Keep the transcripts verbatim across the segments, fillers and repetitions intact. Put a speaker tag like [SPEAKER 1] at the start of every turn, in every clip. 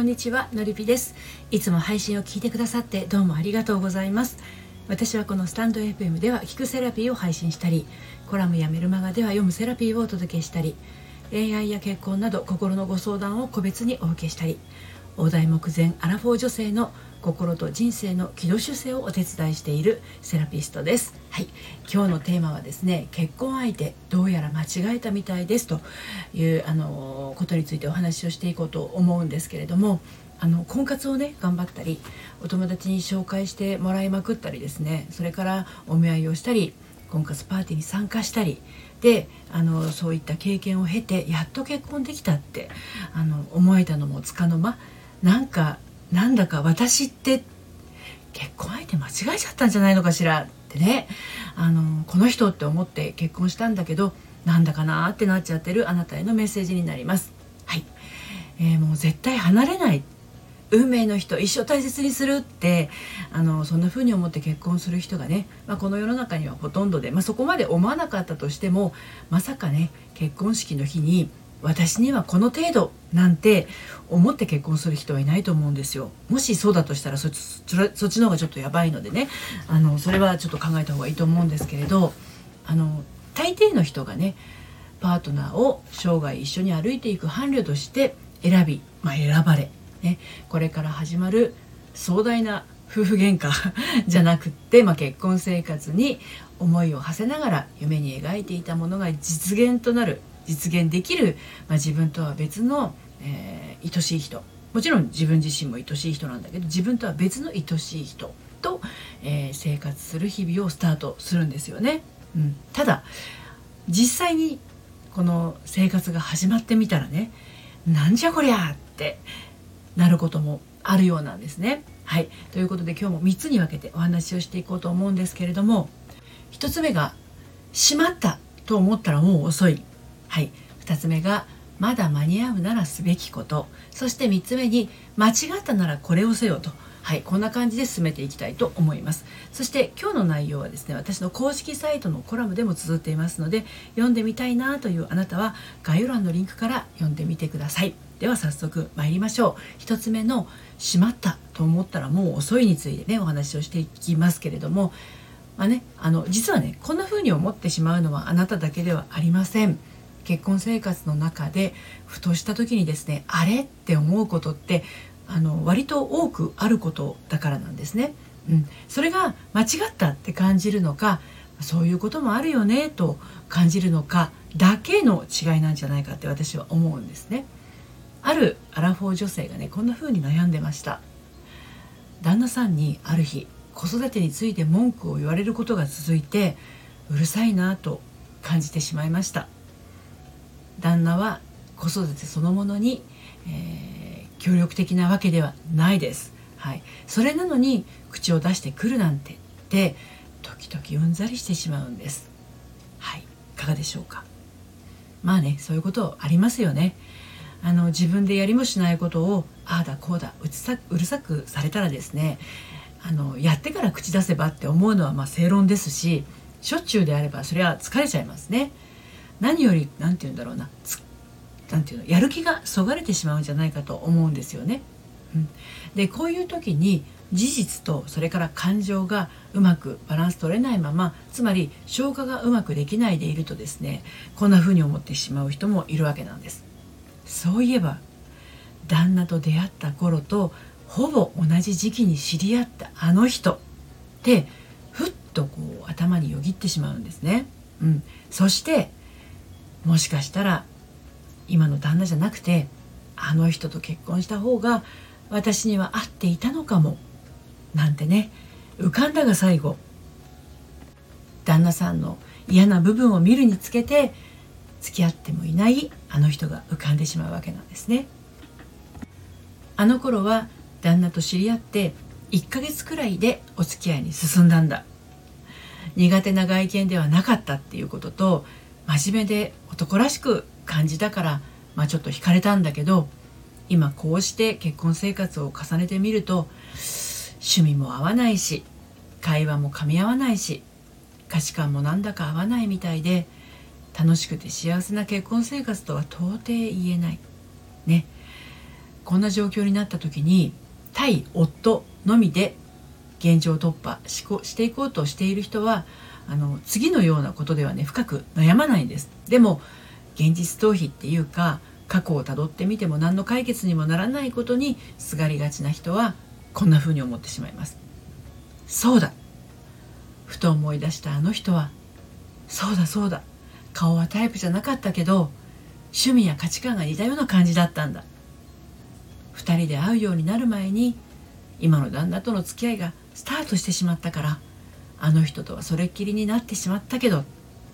[SPEAKER 1] んにちは、のりぴです。いつも配信を聞いてくださってどうもありがとうございます。私はこのスタンド エフエム では聞くセラピーを配信したり、コラムやメルマガでは読むセラピーをお届けしたり、恋愛や結婚など心のご相談を個別にお受けしたり、大台目前アラフォー女性の心と人生の軌道修正をお手伝いしているセラピストです。はい、今日のテーマはですね、結婚相手どうやら間違えたみたいですというあのことについてお話をしていこうと思うんですけれども、あの婚活をね頑張ったり、お友達に紹介してもらいまくったりですね、それからお見合いをしたり、婚活パーティーに参加したりで、あのそういった経験を経てやっと結婚できたってあの思えたのもつかの間、なんかなんだか私って結婚相手間違えちゃったんじゃないのかしらってね、あのこの人って思って結婚したんだけどなんだかなってなっちゃってるあなたへのメッセージになります。はい、えー、もう絶対離れない運命の人、一生大切にするってあのそんな風に思って結婚する人がね、まあ、この世の中にはほとんどで、まあ、そこまで思わなかったとしても、まさかね結婚式の日に私にはこの程度なんて思って結婚する人はいないと思うんですよ。もしそうだとしたらそっち、そっちの方がちょっとやばいのでね、あのそれはちょっと考えた方がいいと思うんですけれど、あの大抵の人がねパートナーを生涯一緒に歩いていく伴侶として選び、まあ、選ばれ、ね、これから始まる壮大な夫婦喧嘩じゃなくって、まあ、結婚生活に思いを馳せながら夢に描いていたものが実現となる、実現できる、まあ、自分とは別の、えー、愛しい人、もちろん自分自身も愛しい人なんだけど、自分とは別の愛しい人と、えー、生活する日々をスタートするんですよね。うん、ただ実際にこの生活が始まってみたらね、なんじゃこりゃってなることもあるようなんですね。はい、ということで今日もみっつに分けてお話をしていこうと思うんですけれども、ひとつめがしまったと思ったらもう遅い。はい、ふたつめがまだ間に合うならすべきこと、そしてみっつめに間違ったならこれをせよと、はい、こんな感じで進めていきたいと思います。そして今日の内容はですね、私の公式サイトのコラムでも綴っていますので、読んでみたいなというあなたは概要欄のリンクから読んでみてください。では早速参りましょう。ひとつめのしまったと思ったらもう遅いについてねお話をしていきますけれども、まあね、あの実はねこんな風に思ってしまうのはあなただけではありません。結婚生活の中でふとした時にですね、あれって思うことってあの割と多くあることだからなんですね。うん、それが間違ったって感じるのか、そういうこともあるよねと感じるのかだけの違いなんじゃないかって私は思うんですね。あるアラフォー女性がねこんな風に悩んでました。旦那さんにある日子育てについて文句を言われることが続いて、うるさいなと感じてしまいました。旦那は子育てそのものに、えー、協力的なわけではないです。はい、それなのに口を出してくるなんてって時々うんざりしてしまうんです。はい、いかがでしょうか。まあね、そういうことありますよね。あの自分でやりもしないことをああだこうだうつさうるさくされたらですね、あのやってから口出せばって思うのはまあ正論ですし、しょっちゅうであればそれは疲れちゃいますね。何よりなんて言うんだろうな、なんていうの、やる気がそがれてしまうんじゃないかと思うんですよね。うん、でこういう時に事実とそれから感情がうまくバランス取れないまま、つまり消化がうまくできないでいるとですね、こんな風に思ってしまう人もいるわけなんです。そういえば旦那と出会った頃とほぼ同じ時期に知り合ったあの人ってふっとこう頭によぎってしまうんですね。うん、そしてもしかしたら今の旦那じゃなくてあの人と結婚した方が私には合っていたのかもなんてね浮かんだが最後、旦那さんの嫌な部分を見るにつけて付き合ってもいないあの人が浮かんでしまうわけなんですね。あの頃は旦那と知り合っていっかげつくらいでお付き合いに進んだんだ。苦手な外見ではなかったっていうことと、真面目で男らしく感じたから、まあ、ちょっと惹かれたんだけど、今こうして結婚生活を重ねてみると趣味も合わないし会話も噛み合わないし価値観もなんだか合わないみたいで、楽しくて幸せな結婚生活とは到底言えないね。 こんな状況になった時に対夫のみで現状突破しこしていこうとしている人はあの次のようなことではね深く悩まないんです。でも現実逃避っていうか過去をたどってみても何の解決にもならないことにすがりがちな人はこんな風に思ってしまいます。そうだ、ふと思い出したあの人は、そうだそうだ、顔はタイプじゃなかったけど趣味や価値観が似たような感じだったんだ。二人で会うようになる前に今の旦那との付き合いがスタートしてしまったから、あの人とはそれっきりになってしまったけど、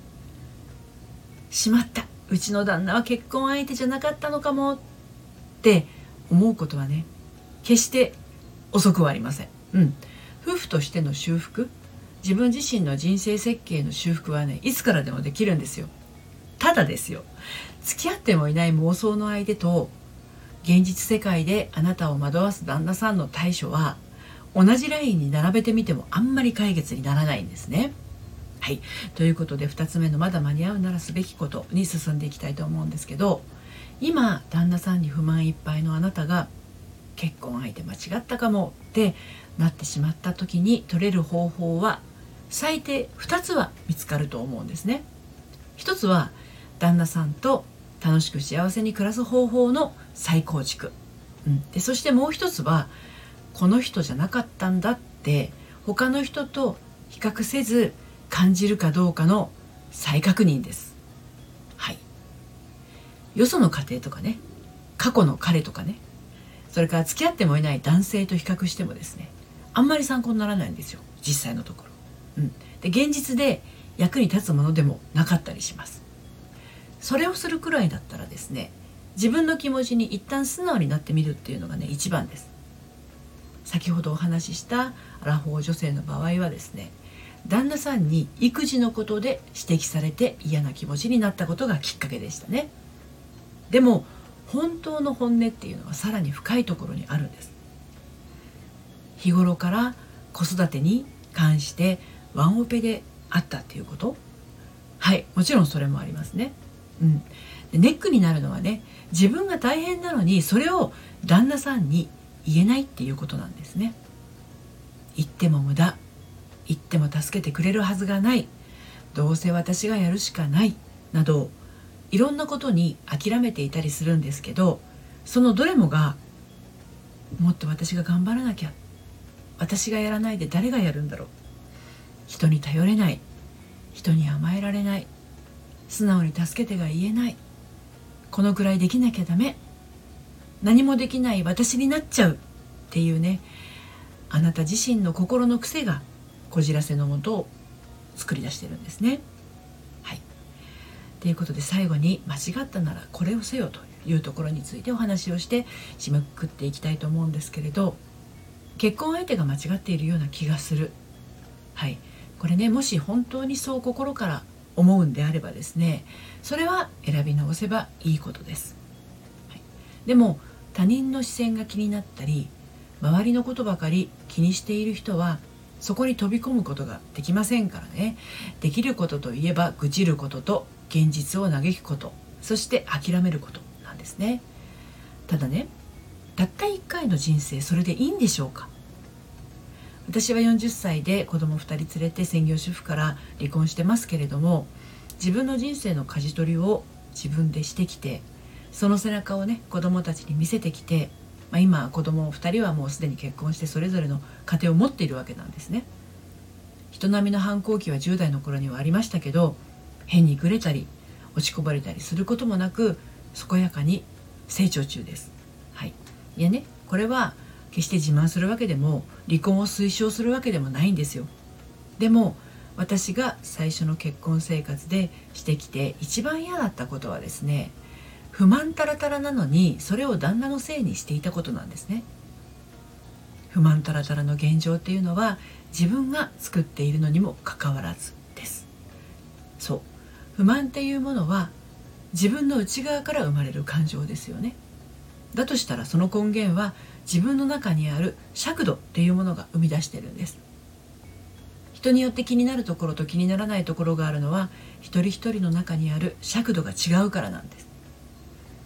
[SPEAKER 1] しまった、うちの旦那は結婚相手じゃなかったのかもって思うことはね、決して遅くはありません。うん、夫婦としての修復、自分自身の人生設計の修復はね、いつからでもできるんですよ。ただですよ、付き合ってもいない妄想の相手と現実世界であなたを惑わす旦那さんの対処は同じラインに並べてみてもあんまり解決にならないんですね。はい、ということでふたつめのまだ間に合うならすべきことに進んでいきたいと思うんですけど、今旦那さんに不満いっぱいのあなたが結婚相手間違ったかもってなってしまった時に取れる方法は最低ふたつは見つかると思うんですね。ひとつは旦那さんと楽しく幸せに暮らす方法の再構築、うん、でそしてもう一つはこの人じゃなかったんだって他の人と比較せず感じるかどうかの再確認です。はい、よその家庭とかね、過去の彼とかね、それから付き合ってもいない男性と比較してもですね、あんまり参考にならないんですよ、実際のところ。うん、で現実で役に立つものでもなかったりします。それをするくらいだったらですね、自分の気持ちに一旦素直になってみるっていうのがね一番です。先ほどお話ししたアラフォー女性の場合はですね、旦那さんに育児のことで指摘されて嫌な気持ちになったことがきっかけでしたね。でも本当の本音っていうのはさらに深いところにあるんです。日頃から子育てに関してワンオペであったっていうこと、はい、もちろんそれもありますね。うん、でネックになるのはね、自分が大変なのにそれを旦那さんに言えないっていうことなんですね。言っても無駄、言っても助けてくれるはずがない、どうせ私がやるしかないなどいろんなことに諦めていたりするんですけど、そのどれもがもっと私が頑張らなきゃ、私がやらないで誰がやるんだろう、人に頼れない、人に甘えられない、素直に助けてが言えない、このくらいできなきゃダメ、何もできない私になっちゃうっていうね、あなた自身の心の癖がこじらせのもとを作り出してるんですね。はい、ということで最後に間違ったならこれをせよというところについてお話をして締めくくっていきたいと思うんですけれど、結婚相手が間違っているような気がする。はい、これね、もし本当にそう心から思うんであればですね、それは選び直せばいいことです。はい、でも他人の視線が気になったり周りのことばかり気にしている人はそこに飛び込むことができませんからね。できることといえば愚痴ることと現実を嘆くこと、そして諦めることなんですね。ただね、たったいっかいの人生、それでいいんでしょうか。私はよんじゅっさいで子供ふたり連れて専業主婦から離婚してますけれども、自分の人生の舵取りを自分でしてきて、その背中をね子供たちに見せてきて、まあ、今子供ふたりはもうすでに結婚してそれぞれの家庭を持っているわけなんですね。人並みの反抗期はじゅう代の頃にはありましたけど、変にぐれたり落ちこぼれたりすることもなく健やかに成長中です。はい、いやね、これは決して自慢するわけでも離婚を推奨するわけでもないんですよ。でも私が最初の結婚生活でしてきて一番嫌だったことはですね、不満たらたらなのにそれを旦那のせいにしていたことなんですね。不満たらたらの現状っていうのは自分が作っているのにもかかわらずです。そう、不満っていうものは自分の内側から生まれる感情ですよね。だとしたらその根源は自分の中にある尺度っていうものが生み出してるんです。人によって気になるところと気にならないところがあるのは一人一人の中にある尺度が違うからなんです。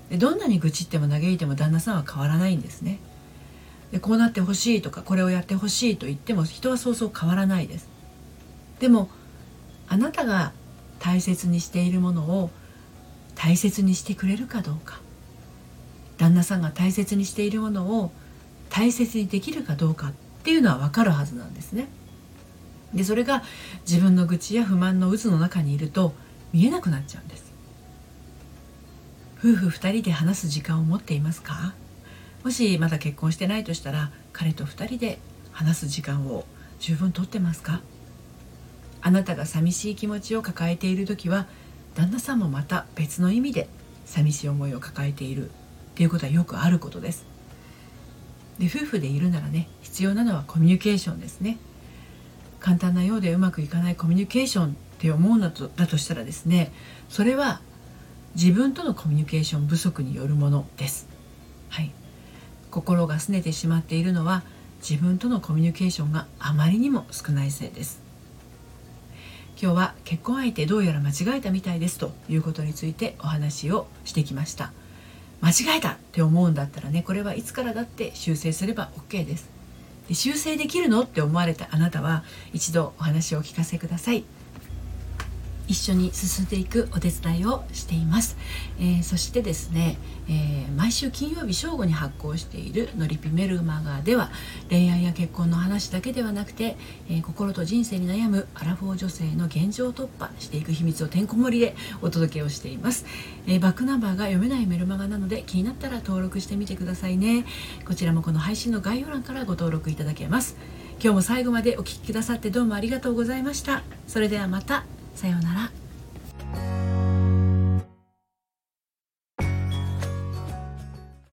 [SPEAKER 1] でどんなに愚痴っても嘆いても旦那さんは変わらないんですね。でこうなってほしいとかこれをやってほしいと言っても人はそうそう変わらないです。でもあなたが大切にしているものを大切にしてくれるかどうか、旦那さんが大切にしているものを大切にできるかどうかっていうのは分かるはずなんですね。でそれが自分の愚痴や不満の渦の中にいると見えなくなっちゃうんです。夫婦二人で話す時間を持っていますか？もしまだ結婚してないとしたら、彼と二人で話す時間を十分とってますか？あなたが寂しい気持ちを抱えている時は、旦那さんもまた別の意味で寂しい思いを抱えているっていうことはよくあることです。で夫婦でいるならね、必要なのはコミュニケーションですね。簡単なようでうまくいかないコミュニケーションって思うのとだとしたらですね、それは自分とのコミュニケーション不足によるものです。はい、心が拗ねてしまっているのは自分とのコミュニケーションがあまりにも少ないせいです。今日は結婚相手どうやら間違えたみたいですということについてお話をしてきました。間違えたって思うんだったらね、これはいつからだって修正すれば OK です。で修正できるのって思われたあなたは一度お話をお聞かせください。一緒に進んでいくお手伝いをしています。えー、そしてですね、えー、毎週金曜日正午に発行しているのりぴメルマガでは、恋愛や結婚の話だけではなくて、えー、心と人生に悩むアラフォー女性の現状突破していく秘密をてんこ盛りでお届けをしています。えー、バックナンバーが読めないメルマガなので、気になったら登録してみてくださいね。こちらもこの配信の概要欄からご登録いただけます。今日も最後までお聞きくださってどうもありがとうございました。それではまた。さようなら。